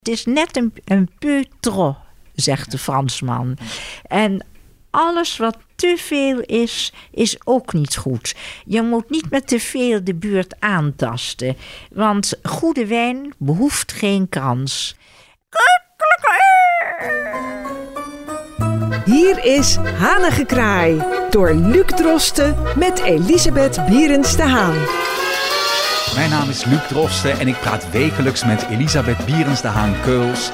Het is net een peu trop, zegt de Fransman. En alles wat te veel is ook niet goed. Je moet niet met te veel de buurt aantasten. Want goede wijn behoeft geen krans. Hier is Hanengekraai door Luc Drosten met Elisabeth Bierens de Haan. Mijn naam is Luc Drosten en ik praat wekelijks met Elisabeth Bierens de Haan-Keuls.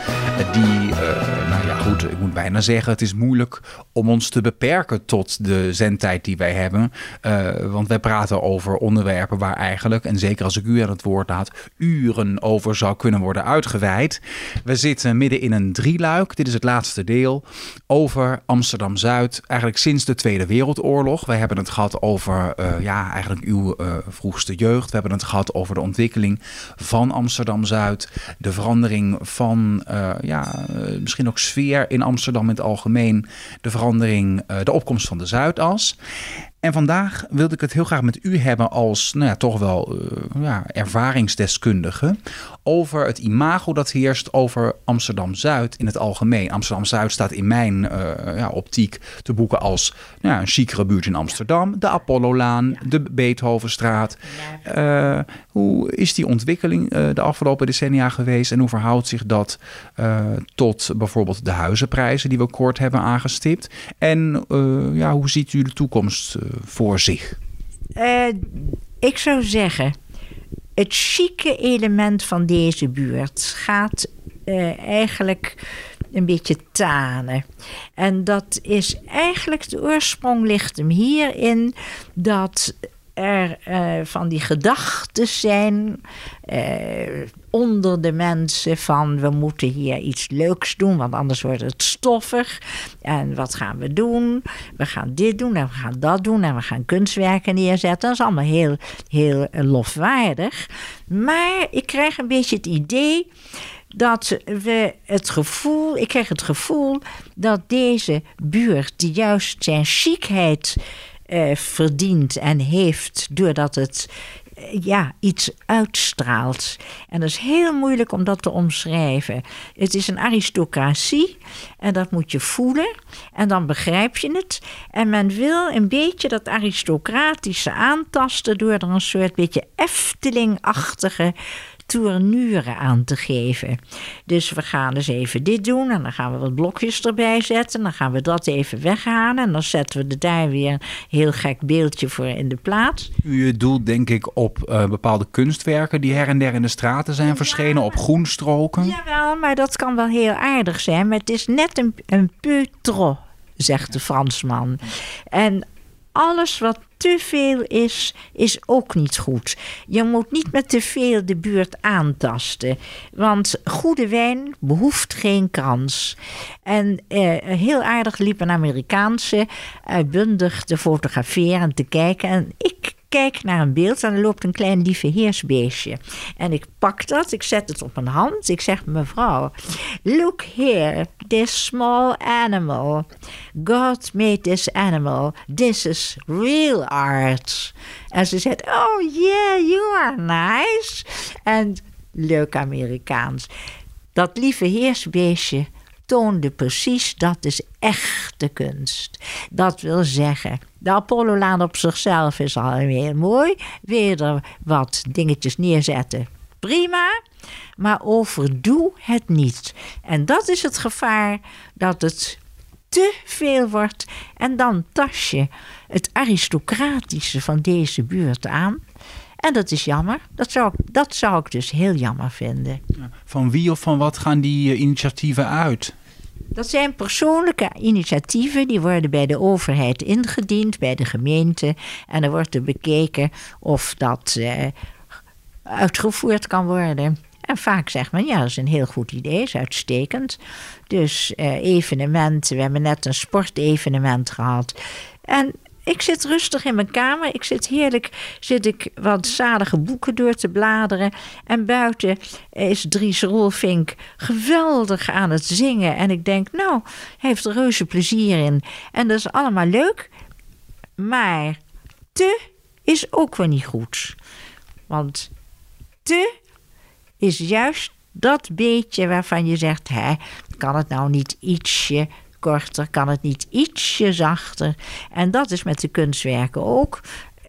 Ik moet bijna zeggen, het is moeilijk om ons te beperken tot de zendtijd die wij hebben. Want wij praten over onderwerpen waar eigenlijk, en zeker als ik u aan het woord laat, uren over zou kunnen worden uitgeweid. We zitten midden in een drieluik, dit is het laatste deel, over Amsterdam-Zuid, eigenlijk sinds de Tweede Wereldoorlog. Wij hebben het gehad over eigenlijk uw vroegste jeugd. We hebben het gehad over de ontwikkeling van Amsterdam-Zuid, de verandering van misschien ook sfeer in Amsterdam in het algemeen, de verandering, de opkomst van de Zuidas. En vandaag wilde ik het heel graag met u hebben als ervaringsdeskundige over het imago dat heerst over Amsterdam-Zuid in het algemeen. Amsterdam-Zuid staat in mijn optiek te boeken als een chicere buurt in Amsterdam, de Apollolaan, de Beethovenstraat. Hoe is die ontwikkeling de afgelopen decennia geweest en hoe verhoudt zich dat tot bijvoorbeeld de huizenprijzen die we kort hebben aangestipt? En hoe ziet u de toekomst voor zich? Ik zou zeggen, het chique element van deze buurt gaat eigenlijk een beetje tanen. En dat is eigenlijk, de oorsprong ligt hem hierin dat er van die gedachten zijn onder de mensen van we moeten hier iets leuks doen, want anders wordt het stoffig. En wat gaan we doen? We gaan dit doen en we gaan dat doen en we gaan kunstwerken neerzetten. Dat is allemaal heel, heel lofwaardig. Maar ik krijg een beetje het idee dat ik krijg het gevoel dat deze buurt, die juist zijn chicheid verdient en heeft doordat het iets uitstraalt. En dat is heel moeilijk om dat te omschrijven. Het is een aristocratie en dat moet je voelen en dan begrijp je het. En men wil een beetje dat aristocratische aantasten door er een soort beetje Efteling-achtige tournure aan te geven. Dus we gaan eens even dit doen en dan gaan we wat blokjes erbij zetten. Dan gaan we dat even weghalen en dan zetten we er daar weer een heel gek beeldje voor in de plaats. U doelt denk ik op bepaalde kunstwerken die her en der in de straten zijn verschenen, op groenstroken. Jawel, maar dat kan wel heel aardig zijn, maar het is net een peu trop, zegt de Fransman. En alles wat te veel is ook niet goed. Je moet niet met te veel de buurt aantasten. Want goede wijn behoeft geen krans. En heel aardig liep een Amerikaanse uitbundig te fotograferen en te kijken. En ik kijk naar een beeld en er loopt een klein lieve heersbeestje. En ik pak dat, ik zet het op mijn hand. Ik zeg, mevrouw, look here, this small animal. God made this animal. This is real art. En ze zegt, oh yeah, you are nice. En leuk Amerikaans. Dat lieve heersbeestje toonde precies, dat is echte kunst. Dat wil zeggen, de Apollolaan op zichzelf is al heel mooi. Weer er wat dingetjes neerzetten, prima. Maar overdoe het niet. En dat is het gevaar, dat het te veel wordt. En dan tas je het aristocratische van deze buurt aan. En dat is jammer. Dat zou ik dus heel jammer vinden. Van wie of van wat gaan die initiatieven uit? Dat zijn persoonlijke initiatieven. Die worden bij de overheid ingediend, bij de gemeente. En dan wordt er bekeken of dat uitgevoerd kan worden. En vaak zegt men, ja, dat is een heel goed idee, is uitstekend. Dus evenementen, we hebben net een sportevenement gehad. En ik zit rustig in mijn kamer. Zit ik wat zalige boeken door te bladeren. En buiten is Dries Roelvink geweldig aan het zingen. En ik denk, nou, hij heeft er reuze plezier in. En dat is allemaal leuk. Maar te is ook weer niet goed. Want te is juist Dat beetje waarvan je zegt, kan het nou niet ietsje korter, kan het niet ietsje zachter? En dat is met de kunstwerken ook.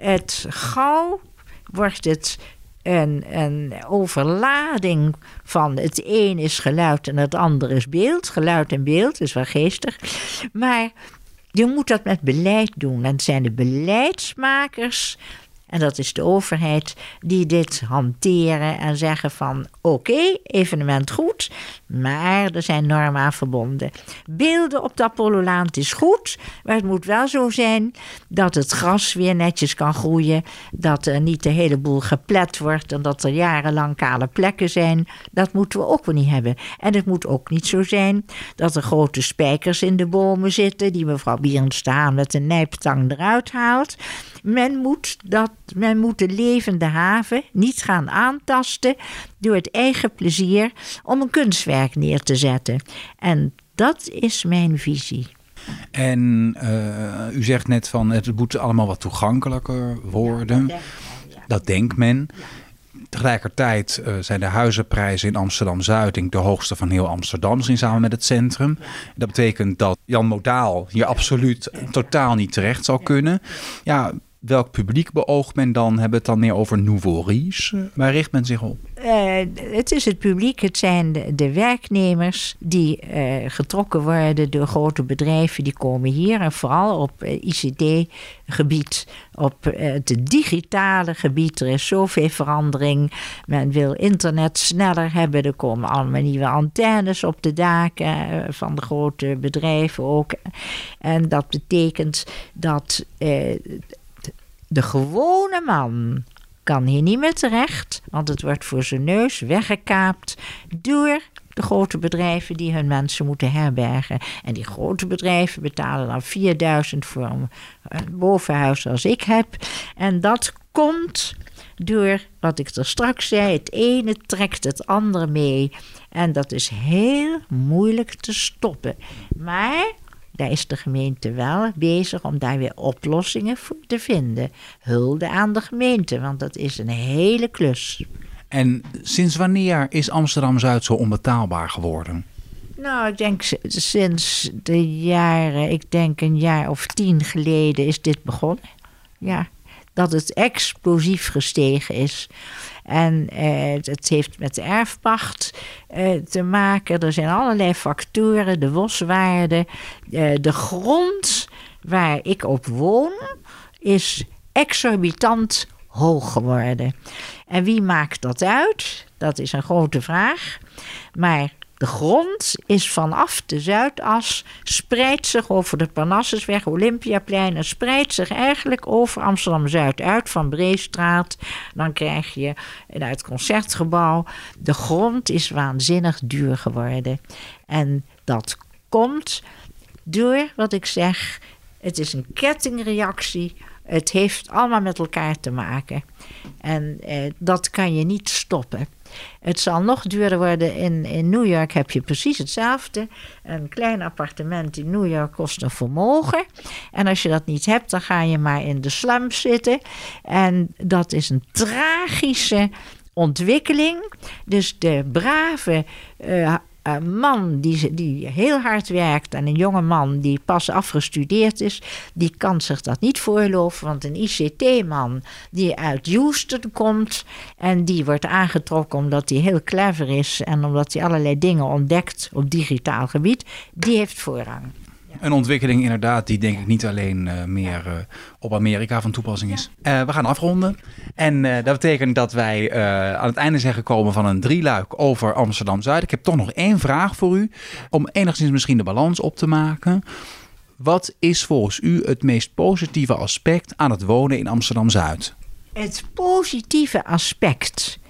Gauw wordt het een overlading van het een is geluid en het ander is beeld. Geluid en beeld is wel geestig. Maar je moet dat met beleid doen. En het zijn de beleidsmakers, en dat is de overheid, die dit hanteren en zeggen van oké, evenement goed, maar er zijn normen aan verbonden. Beelden op de Apollolaan, het is goed, maar het moet wel zo zijn dat het gras weer netjes kan groeien, dat er niet de hele boel geplet wordt en dat er jarenlang kale plekken zijn. Dat moeten we ook weer niet hebben. En het moet ook niet zo zijn dat er grote spijkers in de bomen zitten die mevrouw Bierenstaan met een nijptang eruit haalt. Men moet de levende haven niet gaan aantasten door het eigen plezier om een kunstwerk neer te zetten. En dat is mijn visie. En u zegt net van het moet allemaal wat toegankelijker worden. Dat denkt men. Tegelijkertijd zijn de huizenprijzen in Amsterdam-Zuid de hoogste van heel Amsterdam, samen met het centrum. Dat betekent dat Jan Modaal hier absoluut totaal niet terecht zal kunnen. Ja, welk publiek beoogt men dan? Hebben we het dan meer over nouveau riche? Waar richt men zich op? Het is het publiek, het zijn de werknemers die getrokken worden door grote bedrijven. Die komen hier en vooral op ICT-gebied, op het digitale gebied. Er is zoveel verandering. Men wil internet sneller hebben. Er komen allemaal nieuwe antennes op de daken van de grote bedrijven ook. En dat betekent dat de gewone man kan hier niet meer terecht, want het wordt voor zijn neus weggekaapt door de grote bedrijven die hun mensen moeten herbergen. En die grote bedrijven betalen dan 4.000 voor een bovenhuis als ik heb. En dat komt door, wat ik er straks zei, het ene trekt het andere mee. En dat is heel moeilijk te stoppen. Maar daar is de gemeente wel bezig om daar weer oplossingen voor te vinden. Hulde aan de gemeente, want dat is een hele klus. En sinds wanneer is Amsterdam-Zuid zo onbetaalbaar geworden? Nou, ik denk sinds de jaren, een jaar of 10 geleden is dit begonnen. Ja, dat het explosief gestegen is. En het heeft met de erfpacht te maken. Er zijn allerlei factoren, de boswaarde. De grond waar ik op woon is exorbitant hoog geworden. En wie maakt dat uit? Dat is een grote vraag. Maar de grond is vanaf de Zuidas, spreidt zich over de Parnassusweg, Olympiaplein en spreidt zich eigenlijk over Amsterdam-Zuid uit van Breestraat. Dan krijg je uit het Concertgebouw. De grond is waanzinnig duur geworden. En dat komt door wat ik zeg, het is een kettingreactie. Het heeft allemaal met elkaar te maken. En dat kan je niet stoppen. Het zal nog duurder worden. In New York heb je precies hetzelfde. Een klein appartement in New York kost een vermogen. En als je dat niet hebt, dan ga je maar in de slums zitten. En dat is een tragische ontwikkeling. Dus de brave man die heel hard werkt en een jonge man die pas afgestudeerd is, die kan zich dat niet veroorloven, want een ICT-man die uit Houston komt en die wordt aangetrokken omdat hij heel clever is en omdat hij allerlei dingen ontdekt op digitaal gebied, die heeft voorrang. Een ontwikkeling inderdaad die denk ik niet alleen meer op Amerika van toepassing is. We gaan afronden. En dat betekent dat wij aan het einde zijn gekomen van een drieluik over Amsterdam-Zuid. Ik heb toch nog 1 vraag voor u. Om enigszins misschien de balans op te maken. Wat is volgens u het meest positieve aspect aan het wonen in Amsterdam-Zuid? Het positieve aspect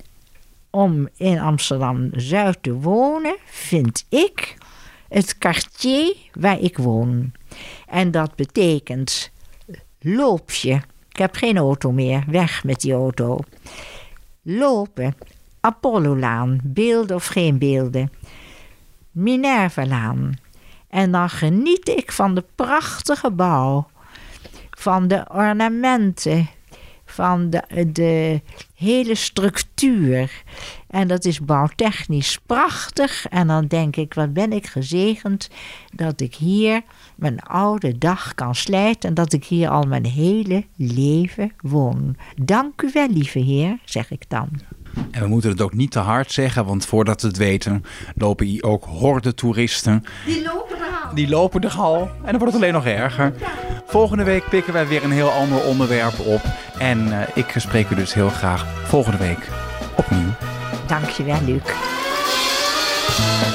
om in Amsterdam-Zuid te wonen vind ik het quartier waar ik woon. En dat betekent loop je. Ik heb geen auto meer. Weg met die auto. Lopen. Apollolaan. Beelden of geen beelden. Minervalaan. En dan geniet ik van de prachtige bouw. Van de ornamenten. Van de hele structuur. En dat is bouwtechnisch prachtig. En dan denk ik, wat ben ik gezegend dat ik hier mijn oude dag kan slijten en dat ik hier al mijn hele leven woon. Dank u wel, lieve heer, zeg ik dan. En we moeten het ook niet te hard zeggen, want voordat we het weten lopen hier ook horden toeristen. Die lopen er al. En dan wordt het alleen nog erger. Volgende week pikken wij weer een heel ander onderwerp op. En ik spreek u dus heel graag volgende week opnieuw. Dank je wel, Luc.